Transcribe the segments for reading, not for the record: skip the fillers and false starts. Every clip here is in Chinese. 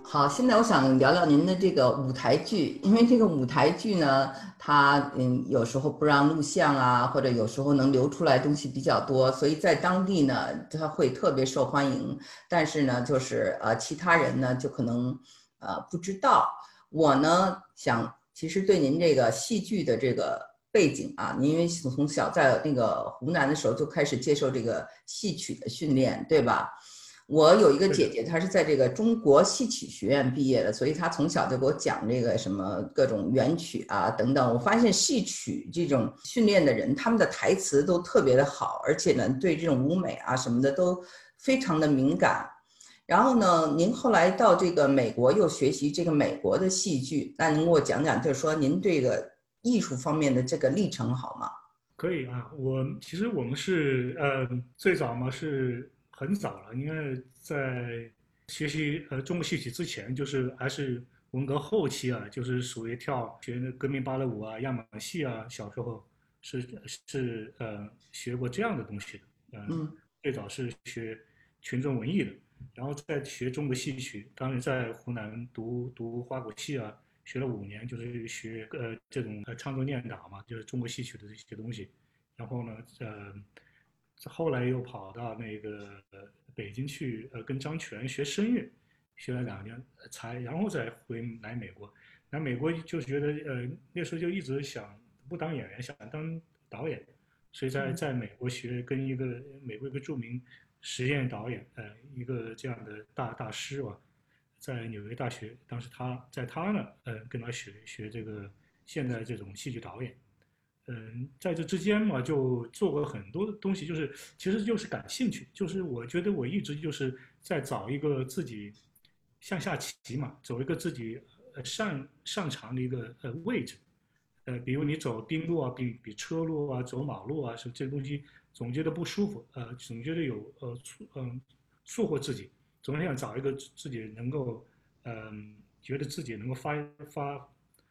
好，现在我想聊聊您的这个舞台剧，因为这个舞台剧呢，它有时候不让录像啊，或者有时候能流出来东西比较多，所以在当地呢，它会特别受欢迎。但是呢，就是其他人呢就可能不知道。我呢想，其实对您这个戏剧的这个背景啊，您因为从小在那个湖南的时候就开始接受这个戏曲的训练，对吧？我有一个对的。 姐姐，她是在这个中国戏曲学院毕业的，所以她从小就给我讲这个什么各种元曲啊等等。我发现戏曲这种训练的人，他们的台词都特别的好，而且呢，对这种舞美啊什么的都非常的敏感。然后呢，您后来到这个美国又学习这个美国的戏剧，那您给我讲讲，就是说您这个艺术方面的这个历程好吗？ 可以啊。其实我们是最早嘛是很早了，因为在学习中国戏曲之前，就是还是文革后期啊，就是属于学那革命芭蕾舞啊、样板戏啊，小时候是学过这样的东西的。 嗯最早是学群众文艺的，然后再学中国戏曲。当时在湖南读花鼓戏啊，学了5年，就是学这种唱作念打嘛，就是中国戏曲的这些东西。然后呢，后来又跑到那个北京去，跟张全学声乐，学了2年然后再回来美国。来美国就觉得那时候就一直想不当演员，想当导演，所以在美国跟美国一个著名实验导演，一个这样的大师吧，在纽约大学，当时他呢，跟他学这个现在这种戏剧导演。在这之间嘛，就做过很多东西，其实就是感兴趣，就是我觉得我一直就是在找一个自己向下棋嘛，走一个自己擅长的一个位置。比如你走丁路啊，比车路啊，走马路啊，是这个东西总觉得不舒服，总觉得有束缚自己，总想找一个自己能够觉得自己能够发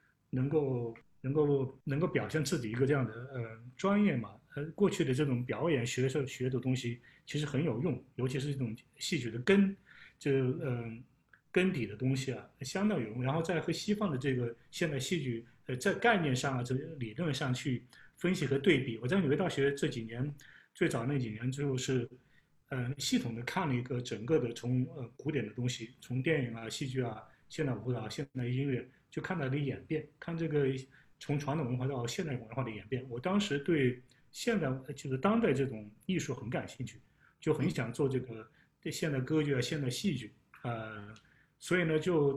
能够表现自己一个这样的专业嘛。过去的这种表演学的东西其实很有用，尤其是这种戏曲的根底的东西啊，相当有用。然后再和西方的这个现代戏剧在概念上啊，这理论上去分析和对比。我在纽约大学这几年，最早那几年就是系统的看了一个整个的从古典的东西，从电影啊、戏剧啊、现代舞蹈、现代音乐，就看它的演变，看这个从传统文化到现代文化的演变。我当时对现代就是当代这种艺术很感兴趣，就很想做这个对现代歌剧啊、现代戏剧，所以呢就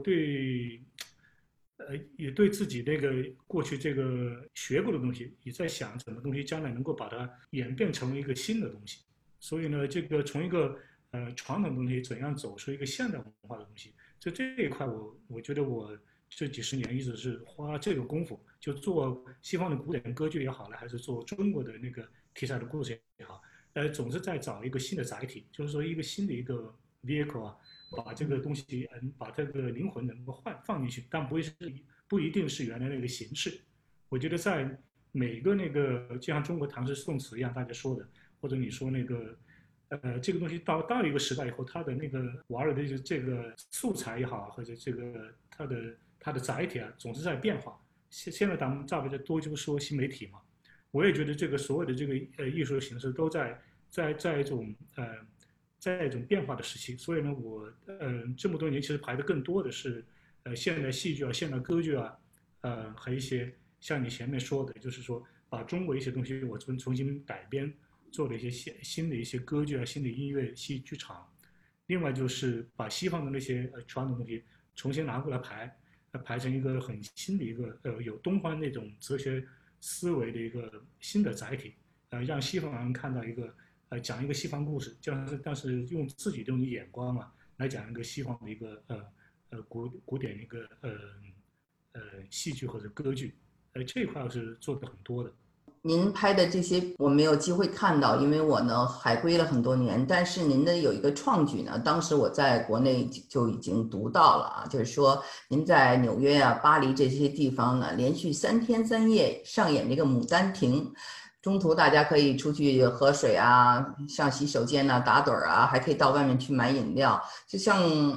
也对自己这个过去这个学过的东西，也在想什么东西将来能够把它演变成一个新的东西。所以呢，这个从一个传统的东西怎样走出一个现代文化的东西，这一块我觉得我这几十年一直是花这个功夫，就做西方的古典歌剧也好呢，还是做中国的那个题材的故事也好，总是在找一个新的载体，就是说一个新的一个 vehicle 啊，把这个东西把这个灵魂能够放进去，但不一定是原来那个形式。我觉得在每个那个就像中国唐诗宋词一样，大家说的，或者你说那个这个东西到一个时代以后，它的那个玩的这个素材也好，或者这个它的载体啊，总是在变化。现在咱们大不多就说新媒体嘛，我也觉得这个所有的这个艺术形式都在一种在一种变化的时期。所以呢，我这么多年其实排的更多的是现代戏剧啊、现代歌剧啊，和一些像你前面说的，就是说把中国一些东西我重新改编，做了一些新的一些歌剧啊、新的音乐戏剧场。另外就是把西方的那些传统东西重新拿过来排成一个很新的一个有东方那种哲学思维的一个新的载体，让西方人看到一个讲一个西方故事，但是用自己这种眼光啊来讲一个西方的一个古典的一个戏剧或者歌剧，这一块是做的很多的。 您拍的这些我没有机会看到，因为我呢海归了很多年。但是您的有一个创举呢，当时我在国内就已经读到了啊，就是说您在纽约啊、巴黎这些地方呢，连续3天3夜上演这个《牡丹亭》，中途大家可以出去喝水啊、上洗手间呐、打盹儿啊，还可以到外面去买饮料，就像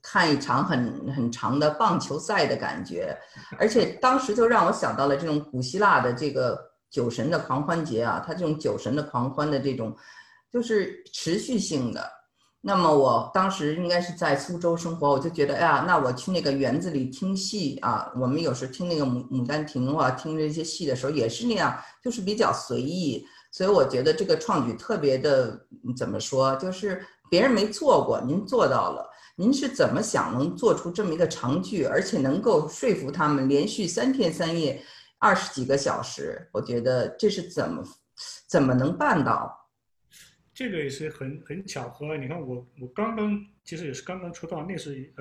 看一场很长的棒球赛的感觉，而且当时就让我想到了这种古希腊的这个酒神的狂欢节啊，它这种酒神的狂欢的这种就是持续性的。那么我当时应该是在苏州生活，我就觉得，哎呀，那我去那个园子里听戏啊，我们有时听那个牡丹亭啊，听这些戏的时候也是那样，就是比较随意。所以我觉得这个创举特别的，怎么说，就是别人没做过，您做到了。您是怎么想能做出这么一个长剧，而且能够说服他们连续3天3夜20几个小时？我觉得这是怎么能办到？ 这个也是很巧合。你看我刚刚其实也是刚刚出道，那是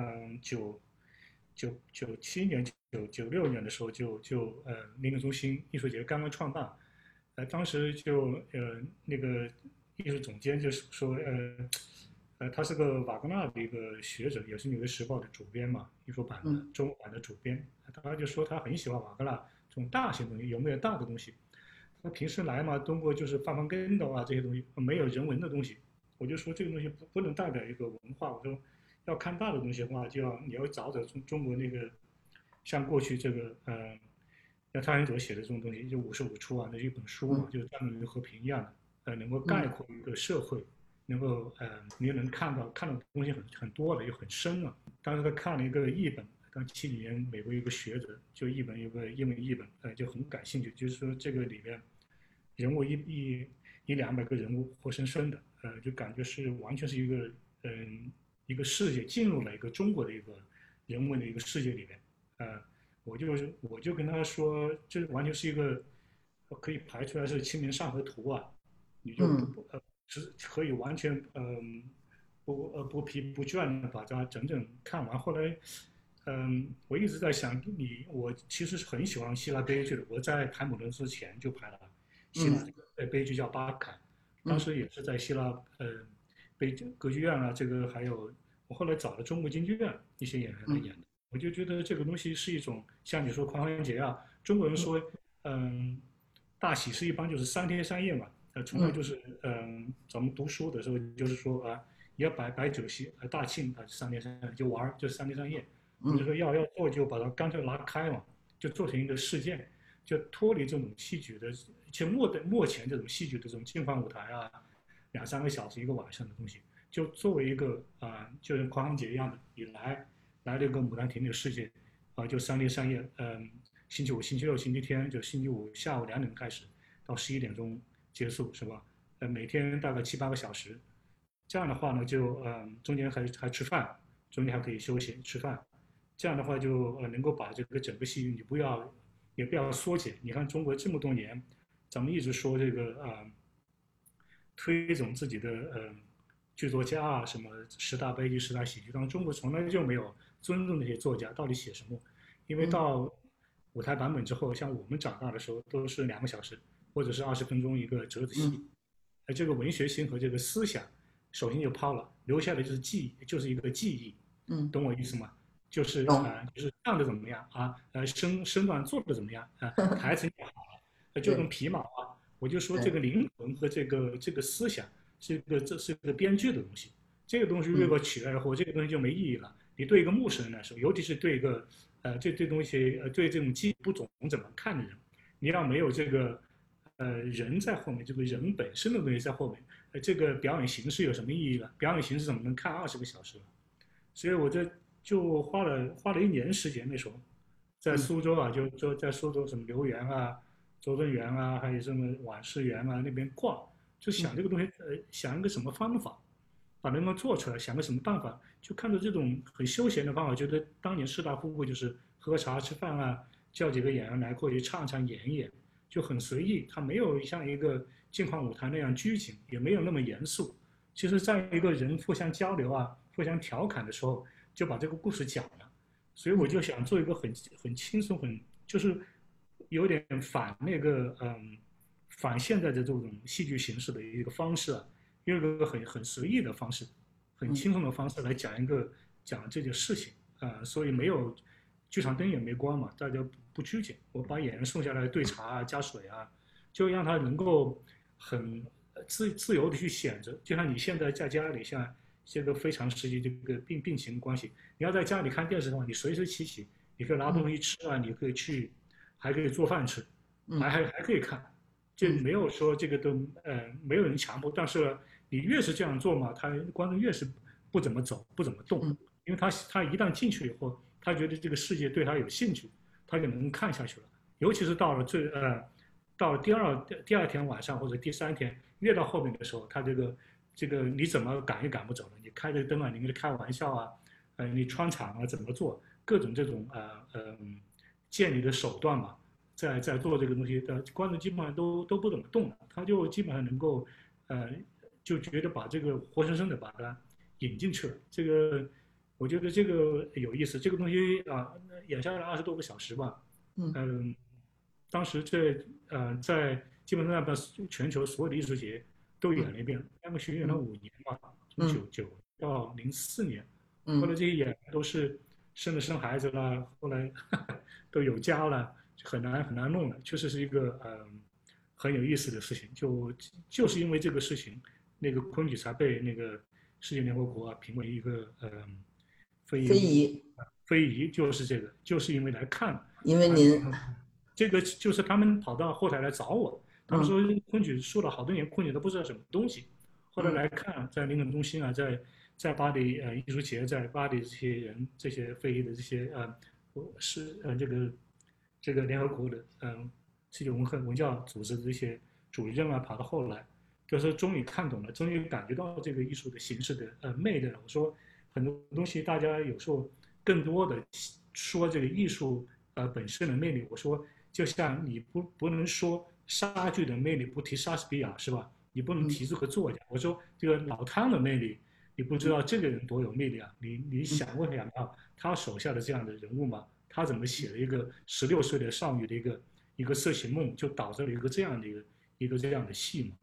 97年96年的时候民族中心艺术节刚刚创办，当时那个艺术总监就是说他是个瓦格纳的一个学者，也是《纽约时报》的主编嘛，艺术版的嗯中文版的主编，他就说他很喜欢瓦格纳这种大型东西，有没有大的东西？他平时来嘛，中国就是翻翻跟斗啊这些东西，没有人文的东西。我就说这个东西不能代表一个文化。我说要看大的东西的话，你要找中国那个，像过去这个像汤显祖写的这种东西，就55出啊，那是一本书嘛， 嗯就是战争与和平一样的，能够概嗯括一个社会，能够你也能看到东西很多了，又很深了。当时他看了一个译本，刚70年美国一个学者就译本一个英文译本，就很感兴趣，就是说这个里面人物100-200个人物活生生的，就感觉是完全是一个世界进入了一个中国的一个人文的一个世界里面，我就跟他说，这完全是一个可以排出来是《清明上河图》啊，你就嗯是可以完全不疲不倦的把它整整看完。后来我一直在想我其实是很喜欢希腊悲剧的。我在拍《姆伦》之前就拍了希腊这嗯个悲剧叫《巴坎》，当嗯时也是在希腊歌剧院啊，这个还有我后来找了中国京剧院一些演员来演嗯的。我就觉得这个东西是一种像你说狂欢节啊，中国人说大喜事一般就是3天3夜嘛，从来就嗯是咱们读书的时候就是说也要摆酒席，大庆3天3夜就玩就3天3夜。我就嗯说要做就把它干脆拉开嘛，就做成一个事件，就脱离这种戏剧的，就目前这种戏剧的这种金环舞台啊，2-3个小时一个晚上的东西，就作为一个就是狂欢节一样的，你来了一个牡丹亭的世界，就3天3夜，星期五、星期六、星期天，就星期五下午2点开始，到11点钟结束，是吧？每天大概7-8个小时，这样的话呢，就中间还吃饭，中间还可以休息吃饭，这样的话就能够把这个整个戏也不要缩减。你看中国这么多年，咱们一直说这个推崇自己的剧作家啊，什么10大悲剧、10大喜剧，但中国从来就没有尊重那些作家到底写什么，因为嗯到舞台版本之后，像我们长大的时候都是2个小时或者是20分钟一个折子戏， 嗯这个文学性和这个思想首先就抛了，留下的就是记忆，就是一个记忆， 嗯， 懂我意思吗？就是懂， 就是唱的怎么样啊？身段做的怎么样啊？台词也好了，就跟对皮毛啊。我就说这个对， 灵魂和这个思想这是一个编剧的东西，这个东西如果嗯取代了后，这个东西就没意义了。你对一个陌生人来说，尤其是对一个这东西对这种记忆不懂怎么看的人，你要没有这个人在后面，这个人本身的东西在后面，这个表演形式有什么意义呢？表演形式怎么能看20个小时？所以我就花了1年时间，那时候在嗯苏州啊，就在苏州什么留园啊、周敦园啊，还有什么晚市园啊那边逛，就想嗯这个东西，想一个什么方法，把它们做出来，想个什么办法，就看着这种很休闲的方法，觉得当年士大夫妇就是喝茶吃饭啊，叫几个演员来过去唱唱演一演，就很随意，它没有像一个镜框舞台那样拘谨，也没有那么严肃。其实，在一个人互相交流啊、互相调侃的时候，就把这个故事讲了。所以我嗯就想做一个很轻松、就是有点反现在的这种戏剧形式的一个方式啊，用一个很随意的方式、很嗯轻松的方式来讲这件事情所以没有剧场灯也没关嘛，大家不拘谨。我把演员送下来兑茶啊、加水啊，就让他能够很自由的去选择，就像你现在在家里，像这个非常实际这个并行关系。你要在家里看电视的话，你随时起，你可以拿东西吃啊，你可以去，还可以做饭吃，还可以看，就没有说这个都没有人强迫，但是你越是这样做嘛，他观众越是不怎么走，不怎么动，因为他一旦进去以后，他觉得这个世界对他有兴趣，他就能看下去了。尤其是到了第二天晚上或者第三天，越到后面的时候，他这个你怎么赶也赶不走了。你开着灯啊，你跟他开玩笑啊，你穿场啊怎么做，各种这种建立的手段嘛，在做这个东西的观众基本上都不怎么动了，他就基本上能够就觉得把这个活生生的把它引进去了。这个我觉得这个有意思，这个东西啊，演下来20多个小时吧，当时在基本上把全球所有的艺术节都演了一遍，他们巡演了5年嘛，从99到04年，后来这些演员都是生孩子了，后来都有家了，很难弄了，确实是一个很有意思的事情。就是因为这个事情，那个昆曲才被那个世界联合国评为一个非遗。非遗就是这个，就是因为来看， 因为您这个就是他们跑到后台来找我，他们说昆曲说了好多年，昆曲都不知道什么东西，后来来看，在林肯中心啊，在巴黎艺术节，在巴黎这些人，这些非遗的这些这个联合国的世界文教组织的这些主任啊，跑到后来，就是终于看懂了，终于感觉到这个艺术的形式的魅力了。我说很多东西大家有时候更多的说这个艺术本身的魅力，我说就像你不能说莎剧的魅力不提莎士比亚是吧？你不能提这个作家。我说这个老汤的魅力，你不知道这个人多有魅力啊！你想过想到他手下的这样的人物吗？他怎么写了一个16岁的少女的一个色情梦，就导致了一个这样的戏嘛？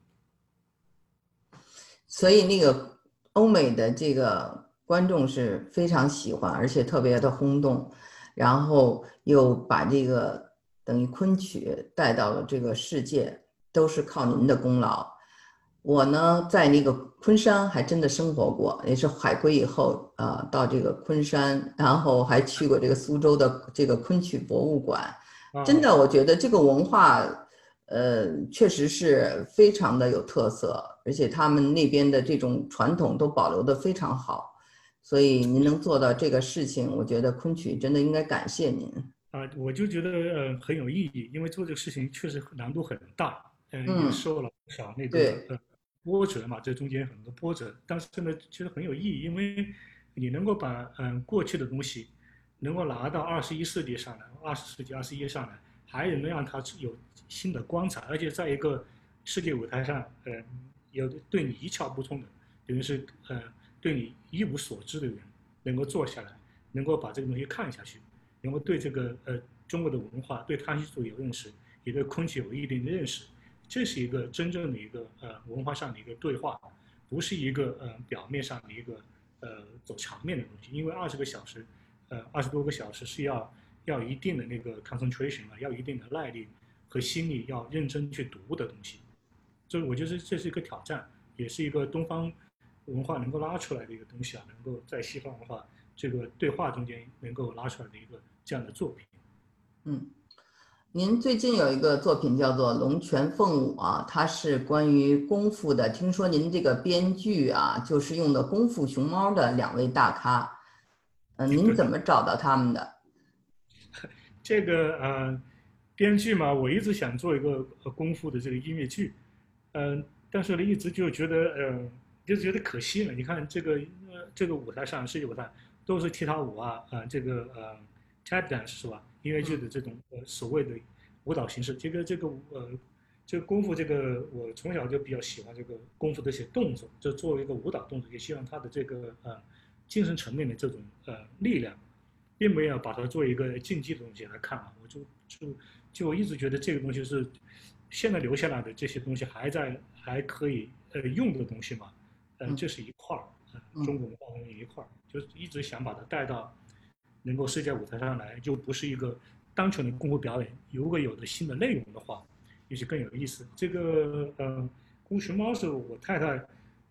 所以那个欧美的这个观众是非常喜欢，而且特别的轰动，然后又把这个等于昆曲带到了这个世界，都是靠您的功劳。我呢，在那个昆山还真的生活过，也是海归以后到这个昆山，然后还去过这个苏州的这个昆曲博物馆。真的，我觉得这个文化，确实是非常的有特色，而且他们那边的这种传统都保留的非常好，所以您能做到这个事情，我觉得昆曲真的应该感谢您。 我就觉得很有意义，因为做这个事情确实难度很大，也受了不少那个波折嘛，这中间很多波折，但是呢，其实很有意义，因为你能够把过去的东西能够拿到21世纪上来，20世纪21上来，还能让它有新的光彩，而且在一个世界舞台上，有对你一窍不通的，等于是对你一无所知的人，能够坐下来，能够把这个东西看下去，能够对这个中国的文化，对汤艺术有认识，也对昆曲有一定的认识。这是一个真正的一个文化上的一个对话，不是一个表面上的一个走场面的东西。因为20个小时，20多个小时是要一定的那个 concentration 啊，要一定的耐力和心力，要认真去读的东西。所以我觉得这是一个挑战，也是一个东方文化能够拉出来的一个东西啊，能够在西方文化这个对话中间能够拉出来的一个这样的作品。 您最近有一个作品叫做《龙泉凤舞》啊，它是关于功夫的。听说您这个编剧啊，就是用的功夫熊猫的2位大咖，您怎么找到他们的？ 这个编剧嘛，我一直想做一个功夫的这个音乐剧，但是呢，一直就觉得就是觉得可惜了。你看这个舞台上世界舞台都是踢踏舞啊，这个tap dance 是吧？音乐剧的这种所谓的舞蹈形式，这个功夫我从小就比较喜欢这个功夫的一些动作，就作为一个舞蹈动作，也希望它的这个精神层面的这种力量，并没有把它作为一个竞技的东西来看啊。我一直觉得这个东西是现在留下来的这些东西还可以用的东西嘛，这是一块儿，中国文化中的一块儿，就是一直想把它带到能够世界舞台上来，就不是一个单纯的功夫表演。如果有的新的内容的话，也许更有意思。这个功夫熊猫是我太太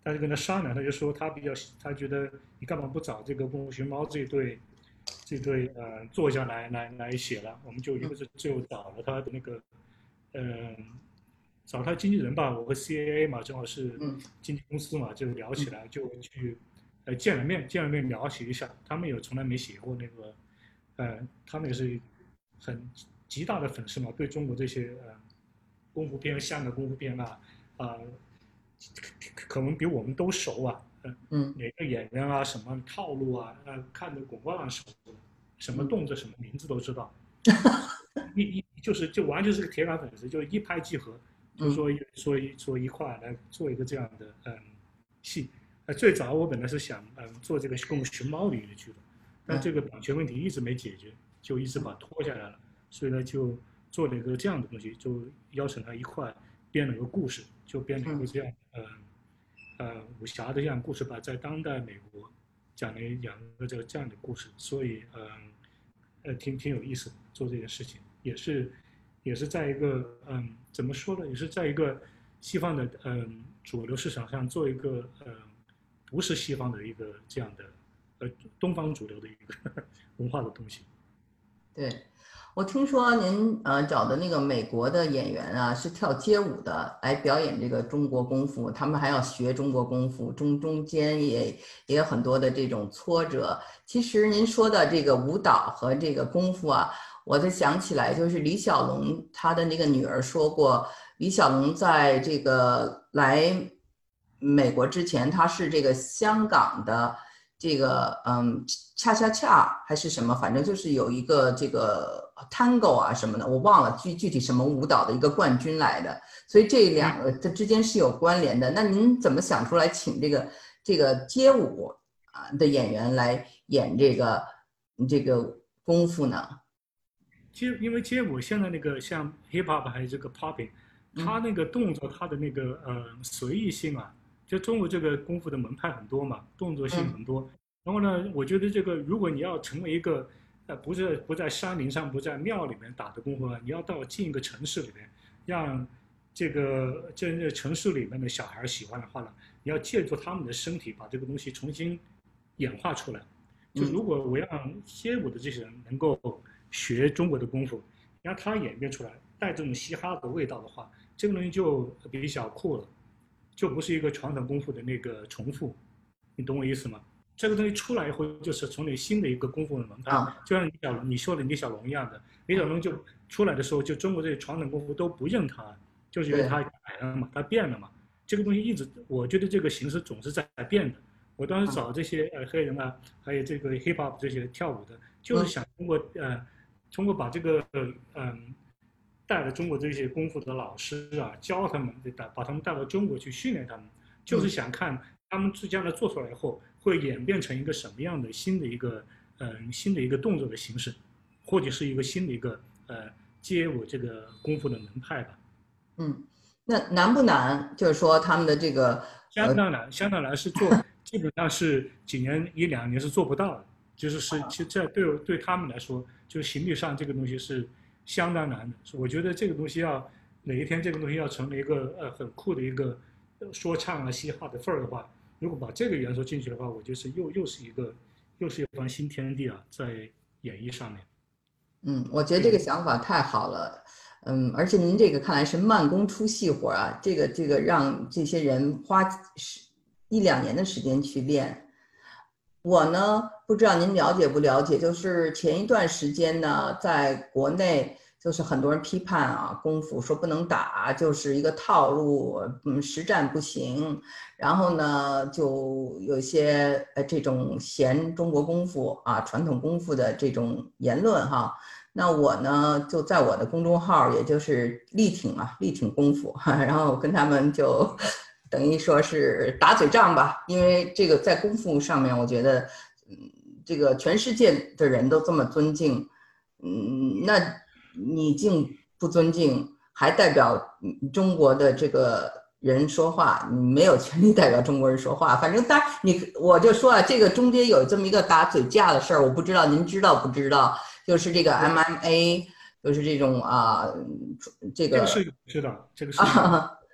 但是跟他商量，他就说他觉得你干嘛不找这个功夫熊猫这对作家来写了？我们就于是就找了他的那个呃找他经纪人吧，我和 CAA 嘛正好是嗯经纪公司嘛，就聊起嗯来，就去见了面聊起一下，他们也从来没写过那个他们也是很极大的粉丝嘛，对中国这些功夫片、香港功夫片可能比我们都熟啊， 嗯哪个演员啊，什么套路啊，看得滚瓜烂熟，什么动作、什么名字都知道，就完全是个铁杆粉丝，就一拍即合，就嗯说一块来做一个这样的戏。最早我本来是想做这个《功夫熊猫》里的剧的，但这个版权问题一直没解决，就一直把它拖下来了。所以呢，就做了一个这样的东西，就邀请他一块编了个故事，就编了一个这样武侠的这样故事吧，在当代美国讲了两个这样的故事，所以挺有意思的，做这件事情也是在一个怎么说呢，也是在一个西方的主流市场上做一个不是西方的一个这样的东方主流的一个文化的东西。 对，我听说您找的那个美国的演员啊，是跳街舞的来表演这个中国功夫，他们还要学中国功夫，中间也有很多的这种挫折。其实您说的这个舞蹈和这个功夫啊，我就想起来，就是李小龙他的那个女儿说过，李小龙在这个来美国之前，他是这个香港的。这个恰恰恰还是什么，反正就是有一个这个 tango 啊什么的，我忘了具体什么舞蹈的一个冠军来的，所以这两个这之间是有关联的。那您怎么想出来请这个街舞的演员来演这个功夫呢？ 因为街舞现在那个像 hip hop 还有这个 popping，它嗯那个动作它的那个随意性啊，就中国这个功夫的门派很多嘛，动作性嗯很多。然后呢，我觉得这个如果你要成为一个不在山林上不在庙里面打的功夫啊，你要进一个城市里面，让这城市里面的小孩喜欢的话呢，你要借助他们的身体把这个东西重新演化出来。就嗯如果我让街舞的这些人能够学中国的功夫，让他演变出来，带这种嘻哈的味道的话，这个东西就比较酷了，就不是一个传统功夫的那个重复，你懂我意思吗？这个东西出来以后，就是从你新的一个功夫的门派， 啊就像你说的李小龙一样的，李小龙就出来的时候，就中国这些传统功夫都不认他，就是因为他对改了嘛，他变了嘛。这个东西一直，我觉得这个形式总是在变的。我当时找这些黑人啊，还有这个 hip hop 这些跳舞的，就是想通过把这个带了中国这些功夫的老师啊，教他们，把他们带到中国去训练他们，就是想看他们将来做出来以后会演变成一个什么样的新的一个动作的形式，或者是一个新的一个街舞这个功夫的门派吧。 嗯，那难不难？就是说他们的这个相当难是基本上是几年一两年是做不到的，其实这对他们来说，就形体上这个东西是相当难的。我觉得这个东西哪一天这个东西要成为一个很酷的一个说唱啊嘻哈的份儿的话，如果把这个元素进去的话，我觉得又是一番新天地啊，在演艺上面。 我觉得这个想法太好了，而且您这个看来是慢工出细活啊，这个让这些人花一两年的时间去练。我呢，不知道您了解不了解，就是前一段时间呢，在国内就是很多人批判啊，功夫说不能打，就是一个套路，实战不行。然后呢，就有一些这种嫌中国功夫啊，传统功夫的这种言论哈。那我呢，就在我的公众号，也就是力挺功夫，然后我跟他们就等于说是打嘴仗吧，因为这个在功夫上面，我觉得，这个全世界的人都这么尊敬，那你竟不尊敬，还代表中国的这个人说话，你没有权利代表中国人说话。反正当然我就说啊，这个中间有这么一个打嘴架的事儿，我不知道您知道不知道？就是这个 MMA，就是这种这个这个是知道，这个是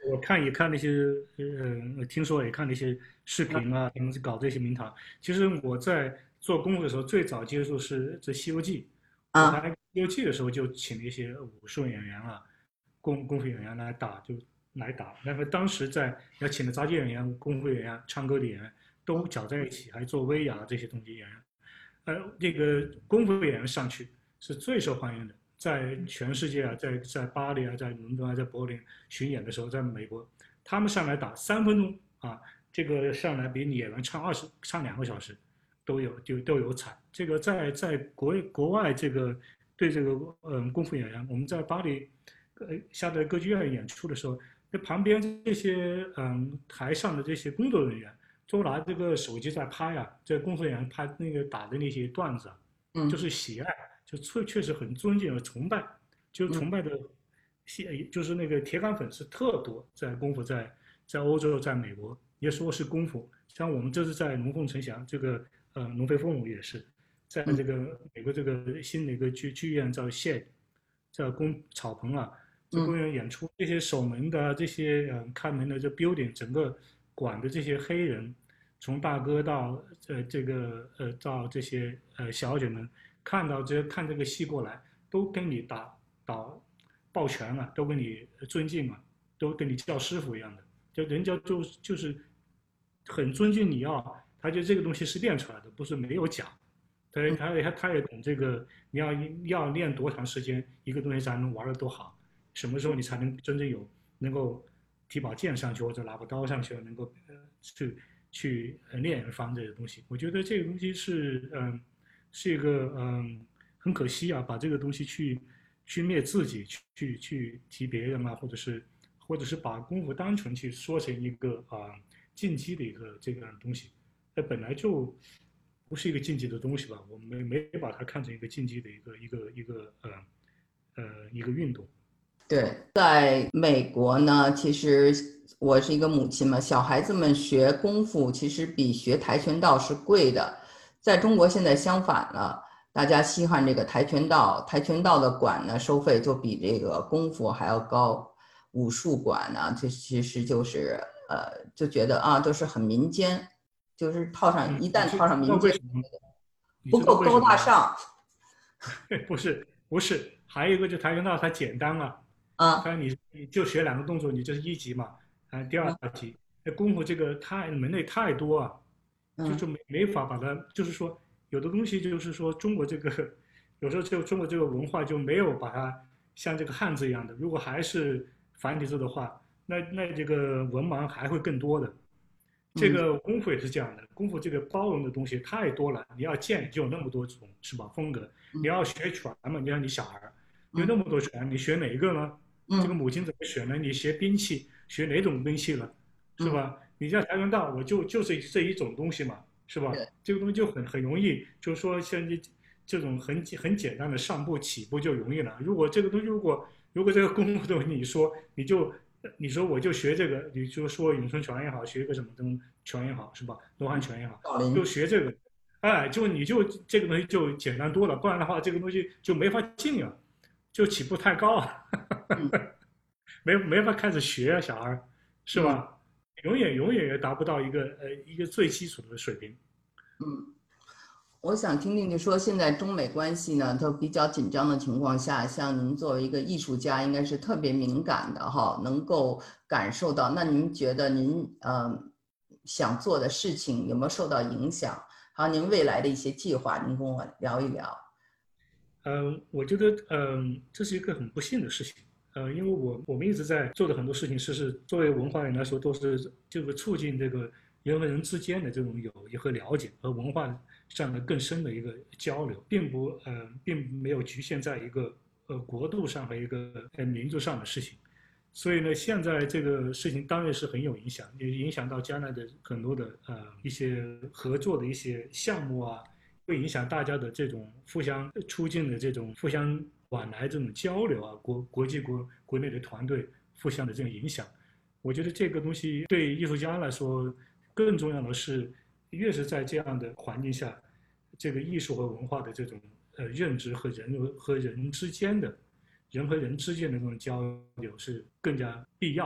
我看也看那些听说也看那些视频啊，他们搞这些名堂。其实我在做功夫的时候，最早接触是这《西游记》，我啊， 拍《西游记》的时候就请了一些武术演员啊、功夫演员来打，就来打。那么当时要请的杂技演员、功夫演员、唱歌的演员都搅在一起，还做威亚这些东西演员。这个功夫演员上去是最受欢迎的，在全世界啊，在巴黎啊，在伦敦啊，在柏林巡演的时候，在美国，他们上来打3分钟啊，这个上来比你演员唱2个小时都有惨。这个在国外这个对这个功夫演员，我们在巴黎夏德歌剧院演出的时候，那旁边这些台上的这些工作人员。都拿这个手机在拍啊，这工作人员拍那个打的那些段子啊，就嗯是喜爱，就确实很尊敬和崇拜，就嗯崇拜的，就是那个铁杆粉丝特多，在功夫在欧洲，在美国也说是功夫，像我们这是在龙凤呈祥这个龙飞凤舞也是，在嗯这个美国这个新的一个剧院叫 shed，叫草棚啊，这公嗯园演出这些守门的这些看门的这 building 整个馆的这些黑人，从大哥到到这些小姐们，看这个戏过来，都跟你打抱拳啊，都跟你尊敬啊，都跟你叫师傅一样的，就人家就是很尊敬你啊，他觉得这个东西是练出来的，不是没有假。 嗯他也懂这个，你要练多长时间，一个东西才能玩得多好，什么时候你才能真正能够提把剑上去或者拿把刀上去，能够去练一番这个东西。我觉得这个东西是一个很可惜啊，把这个东西去灭自己，去提别人啊，或者是把功夫单纯去说成一个竞技的一个这个东西，那本来就不是一个竞技的东西吧，我们没把它看成一个竞技的一个运动。 对，在美国呢，其实我是一个母亲嘛，小孩子们学功夫其实比学跆拳道是贵的。在中国现在相反了，大家稀罕这个跆拳道，跆拳道的馆呢收费就比这个功夫还要高，武术馆呢，这其实就是就觉得啊，都是很民间，就是一旦套上知道民间， 为什么？你知道不够高为什么吗？ 大上不是，还有一个就跆拳道它简单啊， 啊， 它你就学2个动作，你这是1级嘛，第二嗯级。那功夫这个门类太多啊，就是嗯没法把它，就是说有的东西就是说中国这个有时候就中国这个文化就没有把它像这个汉字一样的，如果还是繁体字的话，那这个文盲还会更多的。这嗯个功夫也是这样的，功夫这个包容的东西太多了，你要剑就有那么多种是吧？风格，你嗯要学拳嘛，你让你小孩有那嗯么多拳，你学哪一个呢？这个嗯母亲怎么选呢？你学兵器，学哪种兵器了，是嗯， 吧？你像跆拳道，我就是这一种东西嘛，是吧？ 对， 这个东西就很容易，就是说像这种很简单的上步起步就容易了。如果这个东西，如果这个功夫的你说我就学这个，你就说咏春拳也好，学一个什么东拳也好，是吧？罗汉拳也好，就少林， 学这个，哎，你就这个东西就简单多了，不然的话，这个东西就没法进啊，就起步太高啊， 嗯没法开始学啊，小孩是嗯吧？永远也达不到一个最基础的水平。 嗯。我想听听，就说现在中美关系呢都比较紧张的情况下，像您作为一个艺术家，应该是特别敏感的哈，能够感受到。那您觉得您想做的事情有没有受到影响？还有您未来的一些计划，您跟我聊一聊。 我觉得，这是一个很不幸的事情，因为我们一直在做的很多事情是作为文化人来说，都是这个促进这个人和人之间的这种友谊和了解，和文化上的更深的一个交流，并没有局限在一个国度上和一个民族上的事情。所以呢，现在这个事情当然是很有影响，也影响到将来的很多的一些合作的一些项目啊，会影响大家的这种互相促进的这种互相往来这种交流啊，国内的团队互相的这种影响。我觉得这个东西对艺术家来说，更重要的是，越是在这样的环境下，这个艺术和文化的这种认知和人和人之间的人这种交流是更加必要。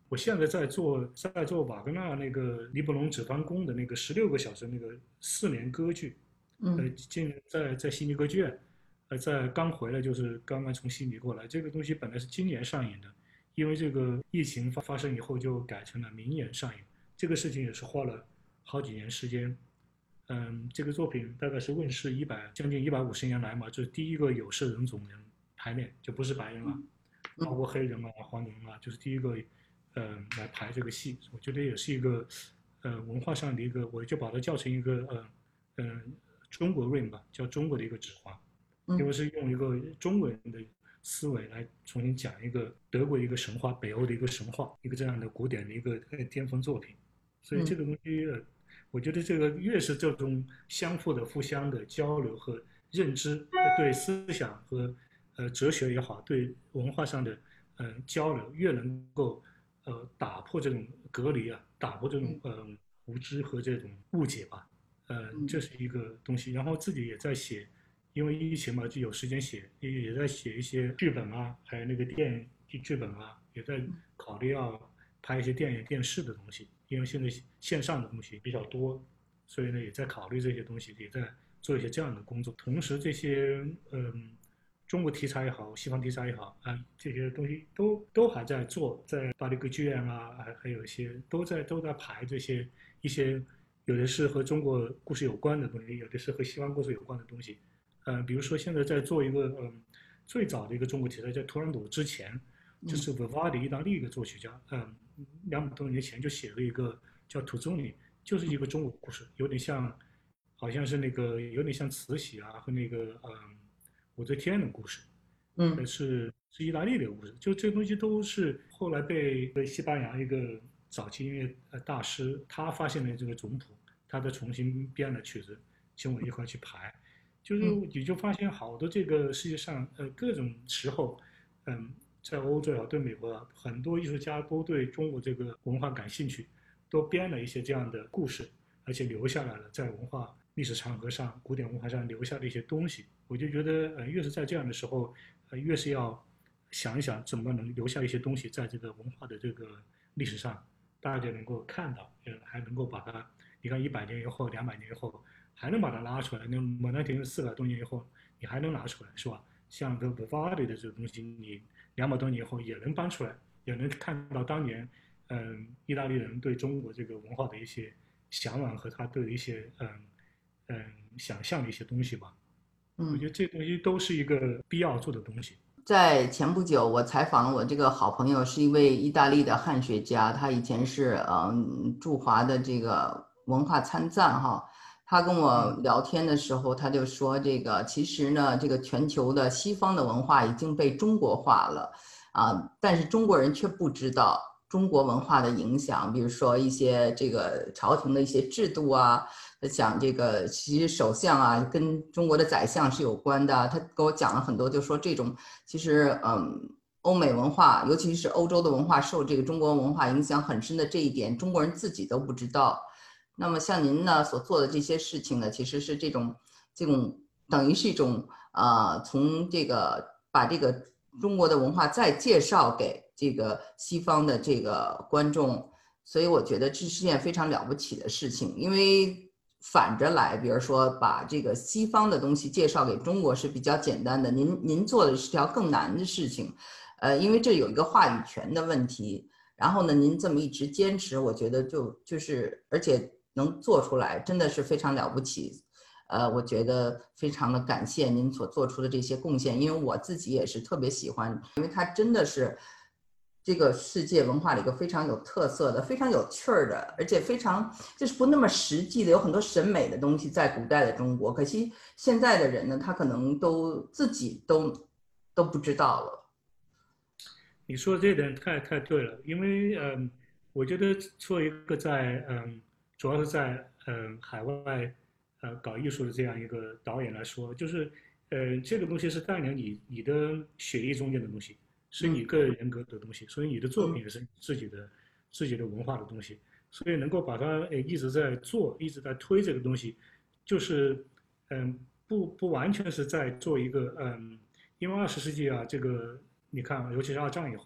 我现在在做瓦格纳那个《尼伯龙指环宫》的那个16个小时那个4年歌剧，今年在悉尼歌剧院，在刚回来就是刚刚从悉尼过来，这个东西本来是今年上映的，因为这个疫情发生以后就改成了明年上映，这个事情也是花了好几年时间。这个作品大概是问世将近150年来嘛，这是第一个有色人种人排练，就不是白人了，包括黑人啊、黄人啊，就是第一个，来排这个戏。我觉得也是一个，文化上的一个，我就把它叫成一个，中国 Rain 吧，叫中国的一个指环，因为是用一个中国人的思维来重新讲一个德国一个神话、北欧的一个神话，一个这样的古典的一个巅峰作品。所以这个东西，我觉得这个越是这种相互的、互相的交流和认知，对思想和哲学也好，对文化上的交流，越能够打破这种隔离啊，打破这种无知和这种误解吧。这是一个东西。然后自己也在写，因为疫情嘛，就有时间写，也在写一些剧本啊，还有那个电影剧本啊，也在考虑要拍一些电影、电视的东西。因为现在线上的东西比较多，所以呢也在考虑这些东西，也在做一些这样的工作。同时，这些中国题材也好，西方题材也好啊，这些东西都还在做，在巴黎歌剧院啊，还有一些都在排这些一些，有的是和中国故事有关的东西，有的是和西方故事有关的东西。比如说现在在做一个最早的一个中国题材，在图兰朵之前，就是维瓦蒂意大利一个作曲家，200多年前就写了一个叫《土中里》，就是一个中国故事，有点像，好像是那个有点像慈禧啊和那个武则天的故事，是意大利的一个故事，就这个东西都是后来被西班牙一个早期音乐大师他发现了这个总谱，他再重新编了曲子，请我一块去排，就是你就发现好多这个世界上各种时候，在欧洲啊，对美国啊，很多艺术家都对中国这个文化感兴趣，都编了一些这样的故事，而且留下来了，在文化历史长河上、古典文化上留下的一些东西。我就觉得，越是在这样的时候，越是要想一想怎么能留下一些东西，在这个文化的这个历史上，大家能够看到，还能够把它，你看100年以后、200年以后，还能把它拉出来。那莫奈廷400多年以后，你还能拿出来，是吧？像这个 Vivaldi 的这个东西，你200多年以后也能搬出来，也能看到当年，意大利人对中国这个文化的一些向往和他对的一些想象的一些东西吧。我觉得这东西都是一个必要做的东西。 在前不久，我采访了我这个好朋友，是一位意大利的汉学家，他以前是驻华的这个文化参赞哈。他跟我聊天的时候，他就说这个其实呢，这个全球的西方的文化已经被中国化了啊，但是中国人却不知道中国文化的影响，比如说一些这个朝廷的一些制度啊。讲这个，其实首相啊，跟中国的宰相是有关的。他给我讲了很多，就说这种其实，欧美文化，尤其是欧洲的文化，受这个中国文化影响很深的这一点，中国人自己都不知道。那么像您呢所做的这些事情呢，其实是这种等于是一种从这个把这个中国的文化再介绍给这个西方的这个观众，所以我觉得这是件非常了不起的事情，因为。反着来，比如说把这个西方的东西介绍给中国是比较简单的，您做的是条更难的事情，因为这有一个话语权的问题。然后呢，您这么一直坚持，我觉得就是而且能做出来，真的是非常了不起。我觉得非常的感谢您所做出的这些贡献，因为我自己也是特别喜欢，因为它真的是。这个世界文化里一个非常有特色的、非常有趣儿的，而且非常就是不那么实际的，有很多审美的东西在古代的中国。可惜现在的人呢，他可能都自己都不知道了。 你说的这点太对了，因为我觉得作为一个在主要是在海外搞艺术的这样一个导演来说，就是这个东西是带领你的血液中间的东西，是你个人人格的东西，所以你的作品也是自己的文化的东西，所以能够把它一直在做，一直在推这个东西，就是不完全是在做一个因为20世纪啊这个。你看，尤其是二战以后，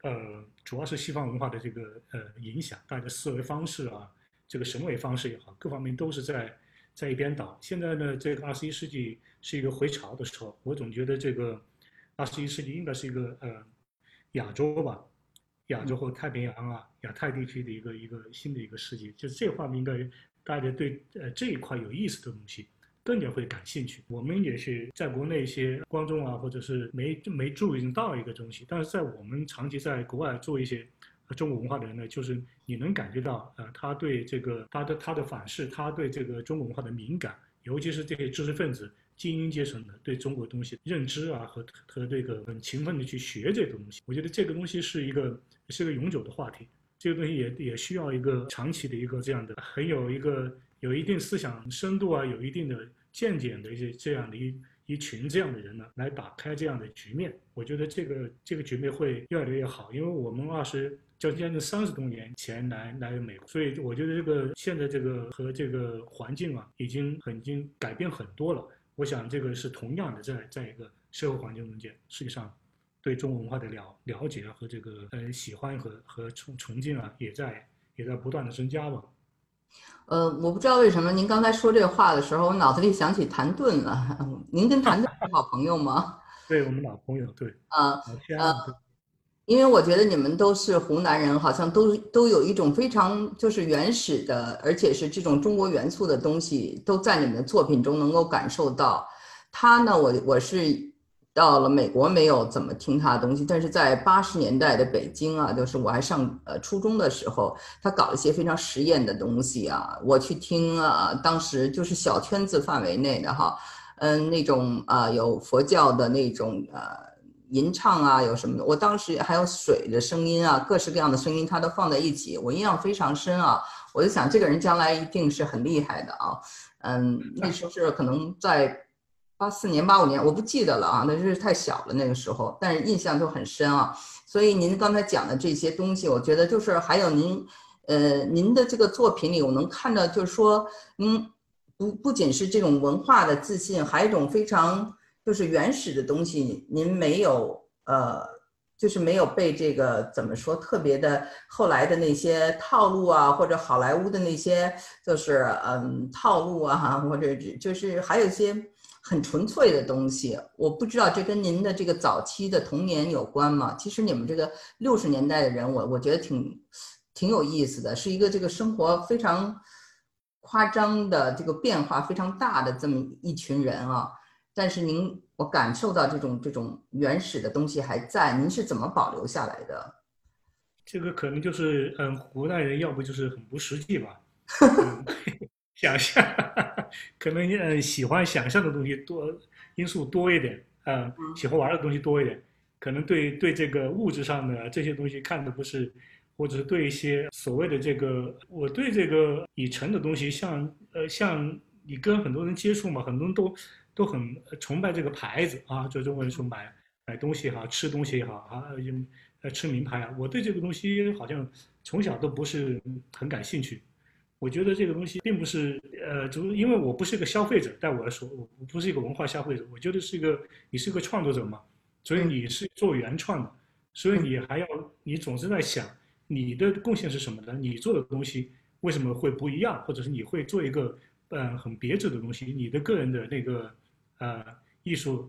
主要是西方文化的这个影响，大家的思维方式啊，这个审美方式也好，各方面都是在一边倒。现在呢，这个21世纪是一个回潮的时候，我总觉得这个21世纪应该是一个亚洲吧，亚洲或太平洋啊、亚太地区的一个新的一个世纪，就是这方面应该大家对这一块有意思的东西更加会感兴趣。我们也是在国内一些观众啊，或者是没注意到一个东西，但是在我们长期在国外做一些中国文化的人呢，就是你能感觉到他对这个他的反噬，他对这个中国文化的敏感，尤其是这些知识分子。精英阶层的对中国东西认知啊，和这个很勤奋的去学这个东西，我觉得这个东西是一个永久的话题。这个东西也需要一个长期的一个这样的有一定思想深度啊，有一定的见解的这样的一群这样的人呢，来打开这样的局面。我觉得这个局面会越来越好，因为我们将近30多年前来美国，所以我觉得这个现在这个和这个环境啊，已经改变很多了。我想这个是同样的在一个社会环境中间，实际上对中国文化的了解啊和这个喜欢和崇敬啊，也在不断的增加吧。 我不知道为什么您刚才说这话的时候，我脑子里想起谭盾了。您跟谭盾是好朋友吗？ 对我们老朋友，对呃老乡呃， 啊，对。 因为我觉得你们都是湖南人，好像都有一种非常就是原始的，而且是这种中国元素的东西，都在你们的作品中能够感受到。他呢，我是到了美国没有怎么听他的东西，但是在80年代的北京啊，就是我还上初中的时候，他搞了一些非常实验的东西啊，我去听啊，当时就是小圈子范围内的哈。那种有佛教的那种吟唱啊，有什么的，我当时还有水的声音啊，各式各样的声音，他都放在一起，我印象非常深啊。我就想这个人将来一定是很厉害的啊。那时候是可能在84年、85年，我不记得了啊，那是太小了那个时候，但是印象就很深啊。所以您刚才讲的这些东西，我觉得就是还有您的这个作品里，我能看到，就是说，不仅是这种文化的自信，还有一种非常就是原始的东西，您没有就是没有被这个怎么说特别的后来的那些套路啊，或者好莱坞的那些就是套路啊，或者就是还有一些很纯粹的东西。我不知道这跟您的这个早期的童年有关吗？其实你们这个60年代的人，我觉得挺有意思的，是一个这个生活非常夸张的这个变化非常大的这么一群人啊。但是我感受到这种原始的东西还在，您是怎么保留下来的？ 这个可能就是湖南人要不就是很不实际吧，可能想象，可能喜欢想象的东西因素多一点，喜欢玩的东西多一点，可能对这个物质上的这些东西看的不是，或者是对一些所谓的这个，我对这个已成的东西像你跟很多人接触嘛，很多人都很崇拜这个牌子啊，就中国人说买东西也好，吃东西也好啊，吃名牌啊，我对这个东西好像从小都不是很感兴趣。我觉得这个东西并不是就是因为我不是一个消费者，在我来说，我不是一个文化消费者，我觉得你是个创作者嘛，所以嗯你是做原创的，所以嗯你总是在想你的贡献是什么呢？你做的东西为什么会不一样，或者是你会做一个很别致的东西，你的个人的那个呃艺术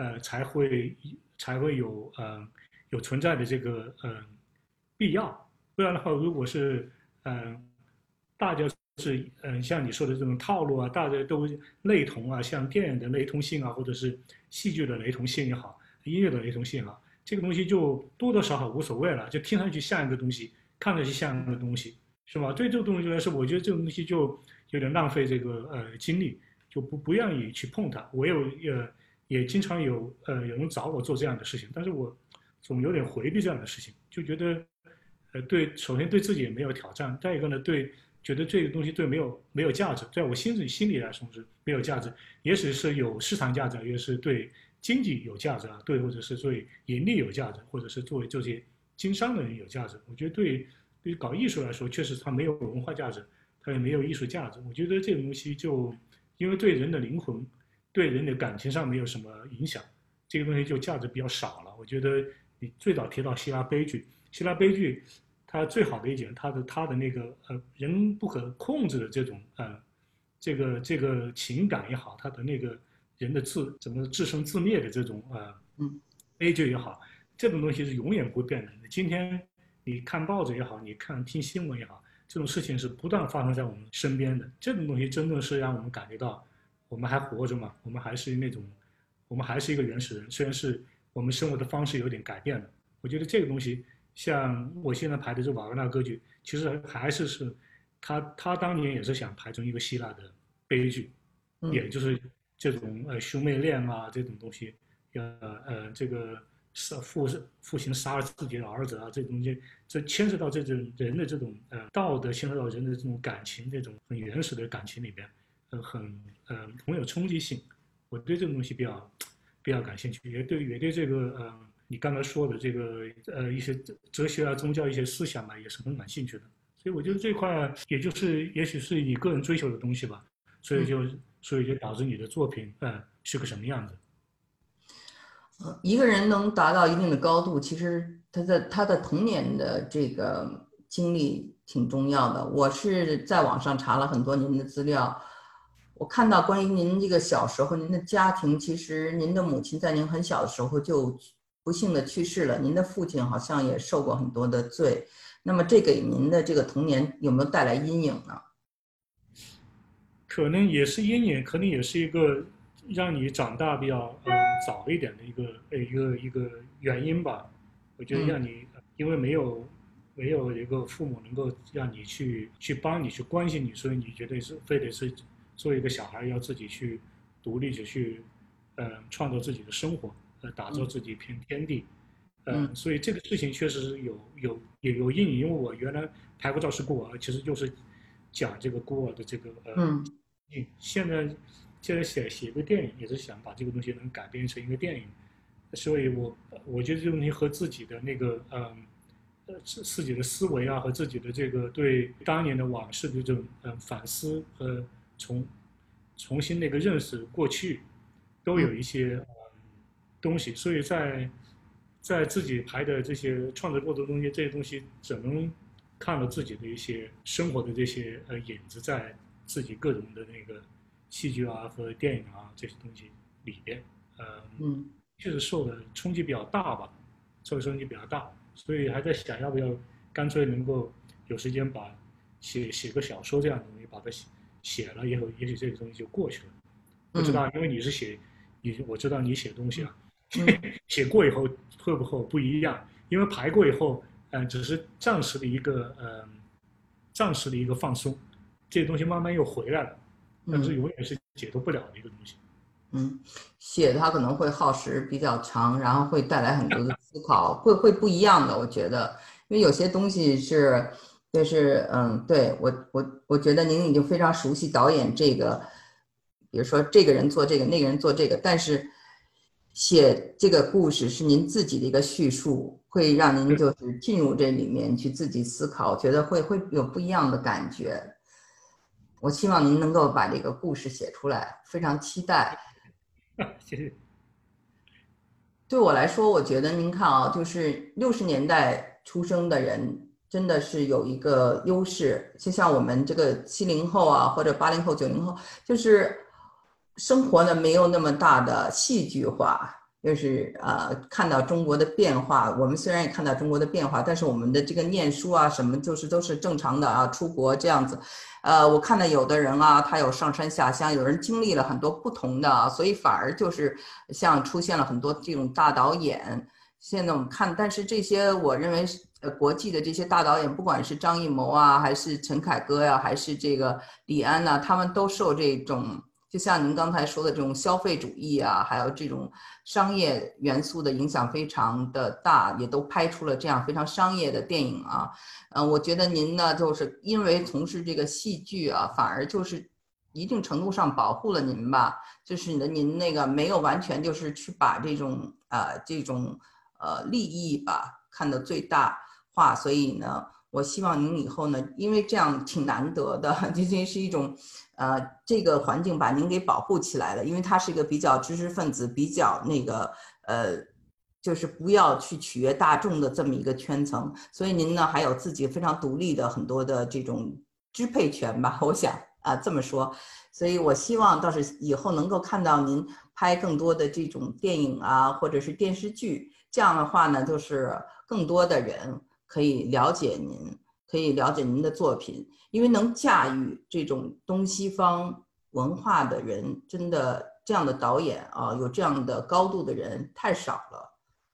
才会有存在的这个必要，不然的话，如果是大家是像你说的这种套路啊，大家都类同啊，像电影的雷同性啊，或者是戏剧的雷同性也好，音乐的雷同性也好，这个东西就多多少少无所谓了，就听上去像一个东西，看上去像一个东西，是吧？对这个东西来说，我觉得这种东西就有点浪费这个精力，就不愿意去碰它。我也经常有人找我做这样的事情，但是我总有点回避这样的事情，就觉得首先对自己也没有挑战，再一个呢觉得这个东西没有价值，在我心里来说是没有价值，也许是有市场价值，也是对经济有价值啊，对或者是对盈利有价值，或者是作为这些经商的人有价值。我觉得对于搞艺术来说，确实它没有文化价值，它也没有艺术价值。我觉得这个东西就因为对人的灵魂、对人的感情上没有什么影响，这个东西就价值比较少了。我觉得你最早提到希腊悲剧， 希腊悲剧它最好的一点，它的那个人不可控制的这种这个情感也好，它的那个人的怎么自生自灭的这种嗯悲剧也好，这种东西是永远不会变的。今天你看报纸也好，你听新闻也好，这种事情是不断发生在我们身边的。这种东西真正是让我们感觉到，我们还活着嘛，我们还是那种，我们还是一个原始人，虽然是我们生活的方式有点改变了。我觉得这个东西，像我现在排的这瓦格纳歌剧，其实还是他当年也是想排成一个希腊的悲剧，也嗯就是这种兄妹恋啊这种东西，这个父亲杀了自己的儿子啊，这种东西，这牵涉到这种人的这种道德，牵涉到人的这种感情，这种很原始的感情里边，很有冲击性。我对这种东西比较感兴趣，也对这个你刚才说的这个一些哲学啊、宗教一些思想啊，也是很感兴趣的。所以我觉得这块也许是你个人追求的东西吧，所以嗯。 就所以就导致你的作品是个什么样子。 一个人能达到一定的高度，其实他的童年的这个经历挺重要的。我是在网上查了很多您的资料，我看到关于您这个小时候，您的家庭，其实您的母亲在您很小的时候就不幸的去世了，您的父亲好像也受过很多的罪。那么这给您的这个童年有没有带来阴影呢？ 可能也是阴影，可能也是一个让你长大比较早一点的一个原因吧。我觉得让嗯你因为没有一个父母能够让你去帮你去关心你，所以你觉得是非得是做一个小孩要自己去独立的去创造自己的生活，打造嗯自己一片天地。 嗯所以这个事情确实是有阴影，因为我原来拍过《赵氏孤儿》，其实就是讲这个孤儿的这个嗯现在写一个电影，也是想把这个东西能改编成一个电影，所以我觉得这个东西和自己的那个自己的思维啊，和自己的这个对当年的往事的这种反思和重重新那个认识过去，都有嗯一些东西，所以在自己排的这些创作过程中间，这些东西只能看到自己的一些生活的这些影子在自己各种的那个戏剧啊和电影啊这些东西里边，呃， 嗯。 确实受的冲击比较大吧，受的冲击比较大，所以还在想要不要干脆能够有时间把写个小说这样的东西把它写了以后，也许这个东西就过去了。不知嗯道，因为我知道你写东西嗯啊， 嗯写过以后会不会不一样？因为排过以后，只是暂时的一个放松，这个东西慢慢又回来了，但是嗯。 永远是解脱不了的一个东西。 嗯，写它可能会耗时比较长，然后会带来很多的思考，会不一样的。我觉得，因为有些东西是，就是对我觉得您已经非常熟悉导演这个，比如说这个人做这个，那个人做这个，但是写这个故事是您自己的一个叙述，会让您对， 就是进入这里面去自己思考，我觉得会有不一样的感觉。我希望您能够把这个故事写出来，非常期待。 谢谢。 对我来说，我觉得您看啊，就是60年代出生的人，真的是有一个优势，就像我们这个70后啊，或者80后、90后，就是生活呢没有那么大的戏剧化，就是看到中国的变化。我们虽然也看到中国的变化，但是我们的这个念书啊什么，就是都是正常的啊，出国这样子。我看到有的人啊，他有上山下乡，有人经历了很多不同的啊，所以反而就是像出现了很多这种大导演。现在我们看，但是这些我认为国际的这些大导演，不管是张艺谋啊，还是陈凯歌呀、还是这个李安呐、他们都受这种，就像您刚才说的这种消费主义啊，还有这种商业元素的影响非常的大，也都拍出了这样非常商业的电影啊。我觉得您呢，就是因为从事这个戏剧啊，反而就是一定程度上保护了您吧，就是您那个没有完全就是去把这种利益吧看得最大化，所以呢，我希望您以后呢，因为这样挺难得的，这是一种这个环境把您给保护起来了，因为他是一个比较知识分子，比较那个就是不要去取悦大众的这么一个圈层，所以您呢还有自己非常独立的很多的这种支配权吧，我想啊这么说，所以我希望倒是以后能够看到您拍更多的这种电影啊，或者是电视剧，这样的话呢，就是更多的人可以了解您，可以了解您的作品，因为能驾驭这种东西方文化的人，真的这样的导演啊，有这样的高度的人太少了。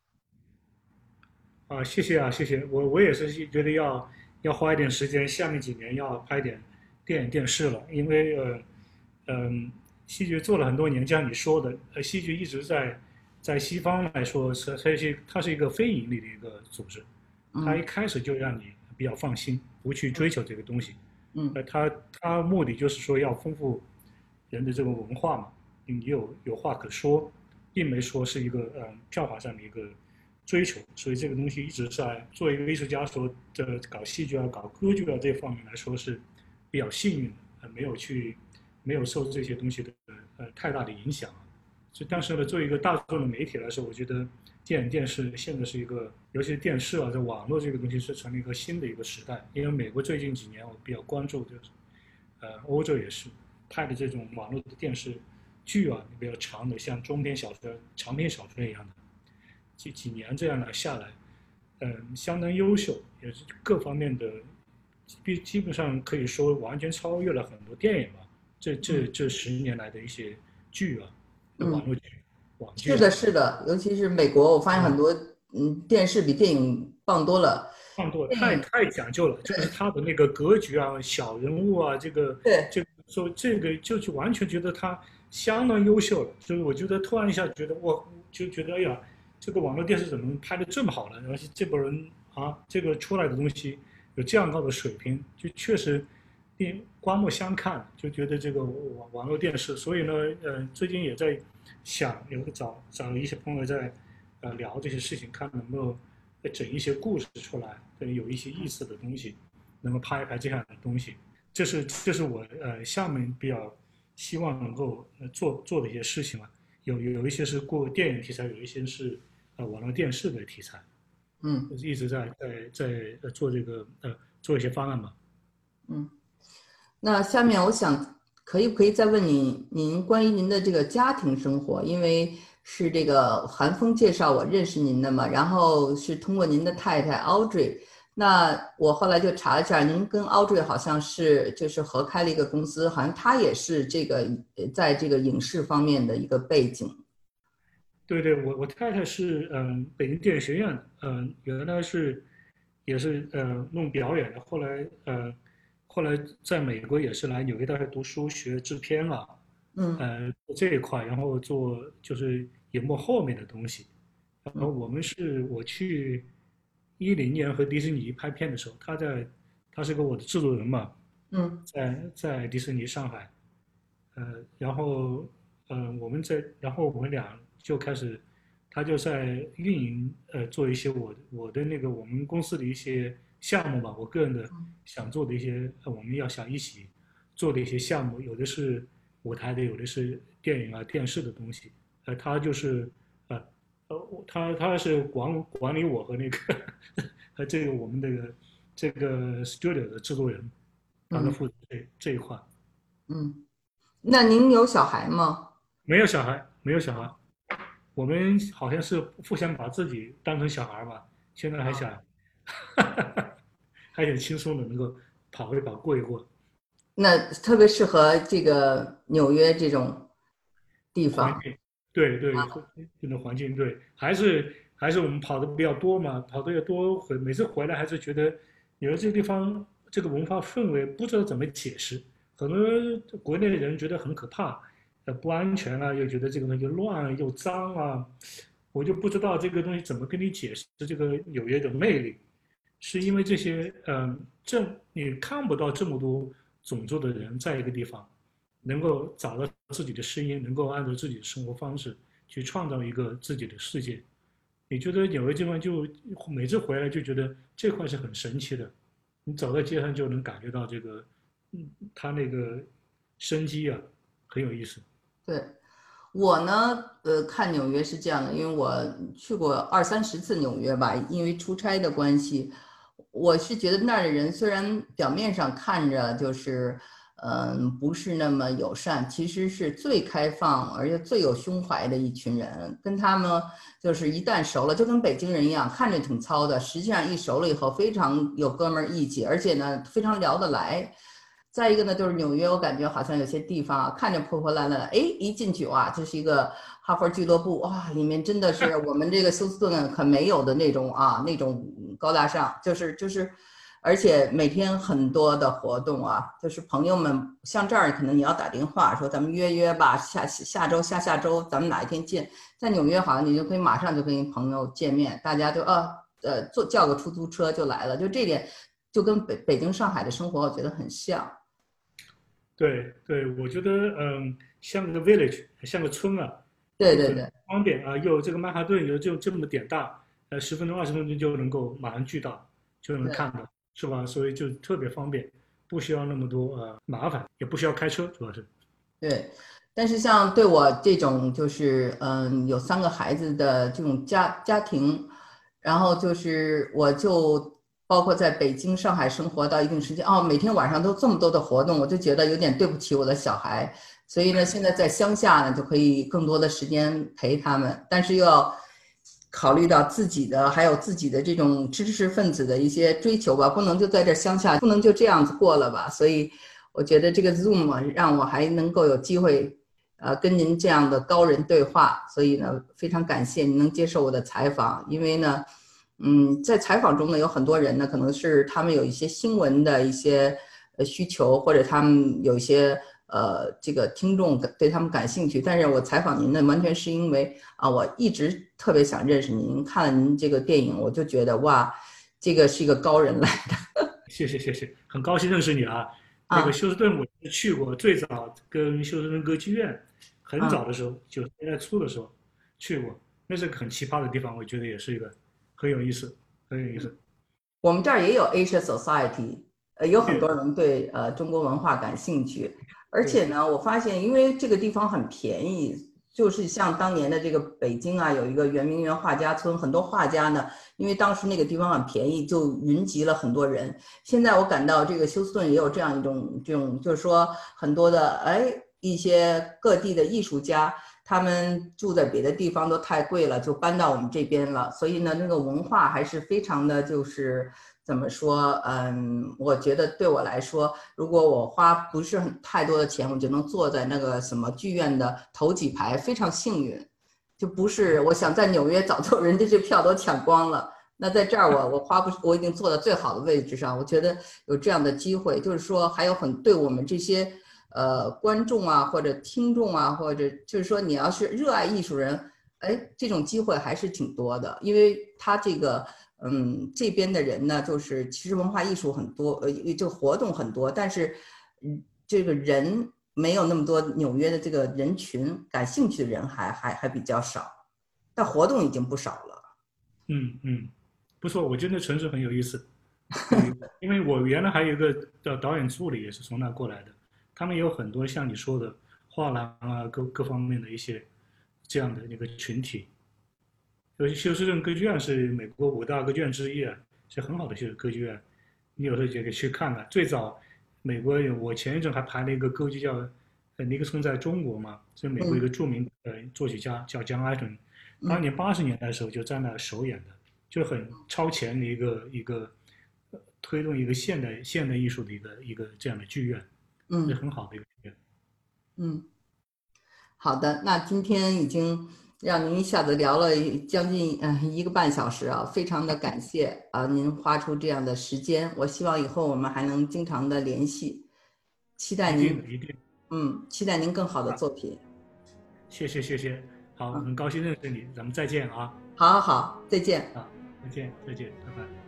啊，谢谢啊，谢谢。我也是觉得要花一点时间，下面几年要拍点电影电视了，因为戏剧做了很多年，就像你说的，戏剧一直在西方来说它是一个非盈利的一个组织，它一嗯开始就让你比较放心，不去追求这个东西， 嗯它目的就是说要丰富人的这个文化嘛，你有话可说，并没说是一个票房上的一个追求，所以这个东西一直在作为一个艺术家说，搞戏剧啊、搞歌剧啊这方面来说是比较幸运的，没有受这些东西的太大的影响。所以，但是呢，作为一个大众的媒体来说，我觉得电影电视现在是一个，尤其是电视啊，在网络这个东西是成了一个新的一个时代。因为美国最近几年我比较关注，就是欧洲也是拍的这种网络的电视剧啊，比较长的，像中篇小说、长篇小说一样的，几年这样的下来，相当优秀，也是各方面的，基本上可以说完全超越了很多电影吧。这10年来的一些剧啊，网嗯， 络剧、网剧啊， 是的，是的，尤其是美国，我发现很多电视比电影棒多了。 创作电影太讲究了，就是他的那个格局啊、小人物啊， 对， 这个就是完全觉得他相当优秀了。就是我觉得突然一下觉得我就觉得哎呀，这个网络电视怎么拍的这么好呢？而且这波人啊，这个出来的东西有这样高的水平，就确实刮目相看，就觉得这个网络电视。所以呢，最近也在想，找一些朋友在聊这些事情，看能不能整一些故事出来，有一些意思的东西，能够拍一拍这样的东西。这是我下面比较希望能够做的一些事情了。有一些是过电影题材，有一些是网络电视的题材， 嗯就是一直在做这个做一些方案嘛。 嗯。那下面我想，可以再问您关于您的这个家庭生活，因为是这个韩风介绍我认识您的嘛，然后是通过您的太太 Audrey，那我后来就查了一下，您跟 Audrey 好像是就是合开了一个公司，好像她也是这个在这个影视方面的一个背景。 对对，我太太是北京电影学院，原来也是弄表演的，后来在美国也是来纽约大学读书学制片啊， 嗯这一块，然后做就是荧幕后面的东西。然后嗯我去10年和迪士尼拍片的时候，他是个我的制作人嘛， 嗯在迪士尼上海，然后然后我们俩就开始，他就在运营做一些我的那个我们公司的一些项目吧，我个人的想做的一些我们要想一起做的一些项目，有的是舞台的，有的是电影啊电视的东西，他就是呃他是管理我和那个这个我们这个 studio 的制作人，他在嗯负责这一块。 嗯。那您有小孩吗？ 没有小孩，没有小孩，我们好像是互相把自己当成小孩吧，现在还想，还挺轻松的，能够跑一跑，过一过。 那特别适合这个纽约这种地方。 环境，对对，这种环境对，还是我们跑的比较多嘛，跑的也多，每次回来还是觉得有的这个地方这个文化氛围不知道怎么解释，很多国内的人觉得很可怕，不安全啊，又觉得这个东西乱啊又脏啊，我就不知道这个东西怎么跟你解释这个纽约的魅力，是因为这些你看不到这么多种族的人在一个地方。能够找到自己的声音，能够按照自己的生活方式去创造一个自己的世界。你觉得有的地方就每次回来就觉得这块是很神奇的，你走在街上就能感觉到这个，他那个生机啊，很有意思。 对， 我呢，看纽约是这样的，因为我去过20-30次纽约吧，因为出差的关系，我是觉得那儿的人虽然表面上看着就是，不是那么友善，其实是最开放而且最有胸怀的一群人。跟他们就是一旦熟了，就跟北京人一样，看着挺糙的，实际上一熟了以后非常有哥们儿义气，而且呢非常聊得来。再一个呢，就是纽约，我感觉好像有些地方啊，看着破破烂烂的，哎，一进去哇，这是一个哈佛俱乐部，哇，里面真的是我们这个休斯顿可没有的那种啊，那种高大上，而且每天很多的活动啊，就是朋友们，像这儿可能你要打电话说咱们约吧，下周下周咱们哪一天见，在纽约好像你就可以马上就跟朋友见面，大家就叫个出租车就来了，就这点就跟北京上海的生活我觉得很像。 对对，我觉得像个 village，像个村啊，就很对对对方便啊。又这个曼哈顿有就这么点大，10分钟20分钟就能够马上去到，就能看对到，是吧？所以就特别方便，不需要那么多麻烦，也不需要开车，主要是。 对，但是像对我这种就是有3个孩子的这种家庭，然后就是我就包括在北京、上海生活到一定时间，哦，每天晚上都这么多的活动，我就觉得有点对不起我的小孩。所以呢，现在在乡下呢，就可以更多的时间陪他们，但是又要考虑到自己的还有自己的这种知识分子的一些追求吧，不能就在这乡下，不能就这样子过了吧。所以我觉得这个 Zoom 让我还能够有机会，跟您这样的高人对话。所以呢，非常感谢您能接受我的采访，因为呢，在采访中呢，有很多人呢，可能是他们有一些新闻的一些需求，或者他们有一些这个听众对他们感兴趣。但是我采访您呢，完全是因为我一直特别想认识您，看了您这个电影，我就觉得哇，这个是一个高人来的谢谢谢谢，很高兴认识你啊。那个啊休斯顿我是去过，最早跟休斯顿歌剧院很早啊。 的时候，90年代初的时候去过，那是个很奇葩的地方，我觉得也是一个很有意思，很有意思。 我们这儿也有 Asia Society，有很对多人对中国文化感兴趣，而且对呢，我发现因为这个地方很便宜，就是像当年的这个北京啊，有一个圆明园画家村，很多画家呢，因为当时那个地方很便宜，就云集了很多人。现在我感到这个休斯顿也有这样一种这种，就是说很多的一些各地的艺术家。他们住在别的地方都太贵了，就搬到我们这边了。所以呢，那个文化还是非常的，就是怎么说？我觉得对我来说，如果我花不是太多的钱，我就能坐在那个什么剧院的头几排，非常幸运。就不是我想在纽约早就人家这票都抢光了。那在这儿我已经坐在最好的位置上，我觉得有这样的机会，就是说还有对我们这些观众啊或者听众啊，或者就是说你要是热爱艺术人，这种机会还是挺多的，因为他这个这边的人呢，就是其实文化艺术很多，这个活动很多，但是这个人没有那么多纽约的这个人群感兴趣的人还比较少，但活动已经不少了。 嗯嗯，不错，我觉得那城市很有意思，很有意思。因为我原来还有一个导演助理也是从那过来的，他们也有很多像你说的画廊啊，各方面的一些这样的一个群体。尤其休斯顿歌剧院是美国5大歌剧院之一啊，是很好的歌剧院。你有时候也可以去看看。最早美国我前一阵还排了一个歌剧叫尼克松在中国嘛，是美国一个嗯著名作曲家叫江艾伦，当嗯年80年代的时候就在那首演的，就很超前的一个推动一个现代艺术的一个这样的剧院，是嗯很好的一个剧院。 嗯。好的，那今天已经让您一下子聊了将近1个半小时啊，非常的感谢啊，您花出这样的时间，我希望以后我们还能经常的联系，期待一定的， 您一定期待您更好的啊！ 作品谢谢谢谢，好， 啊， 很高兴认识你，咱们再见啊好好好，再见。 啊，再见再见，拜拜。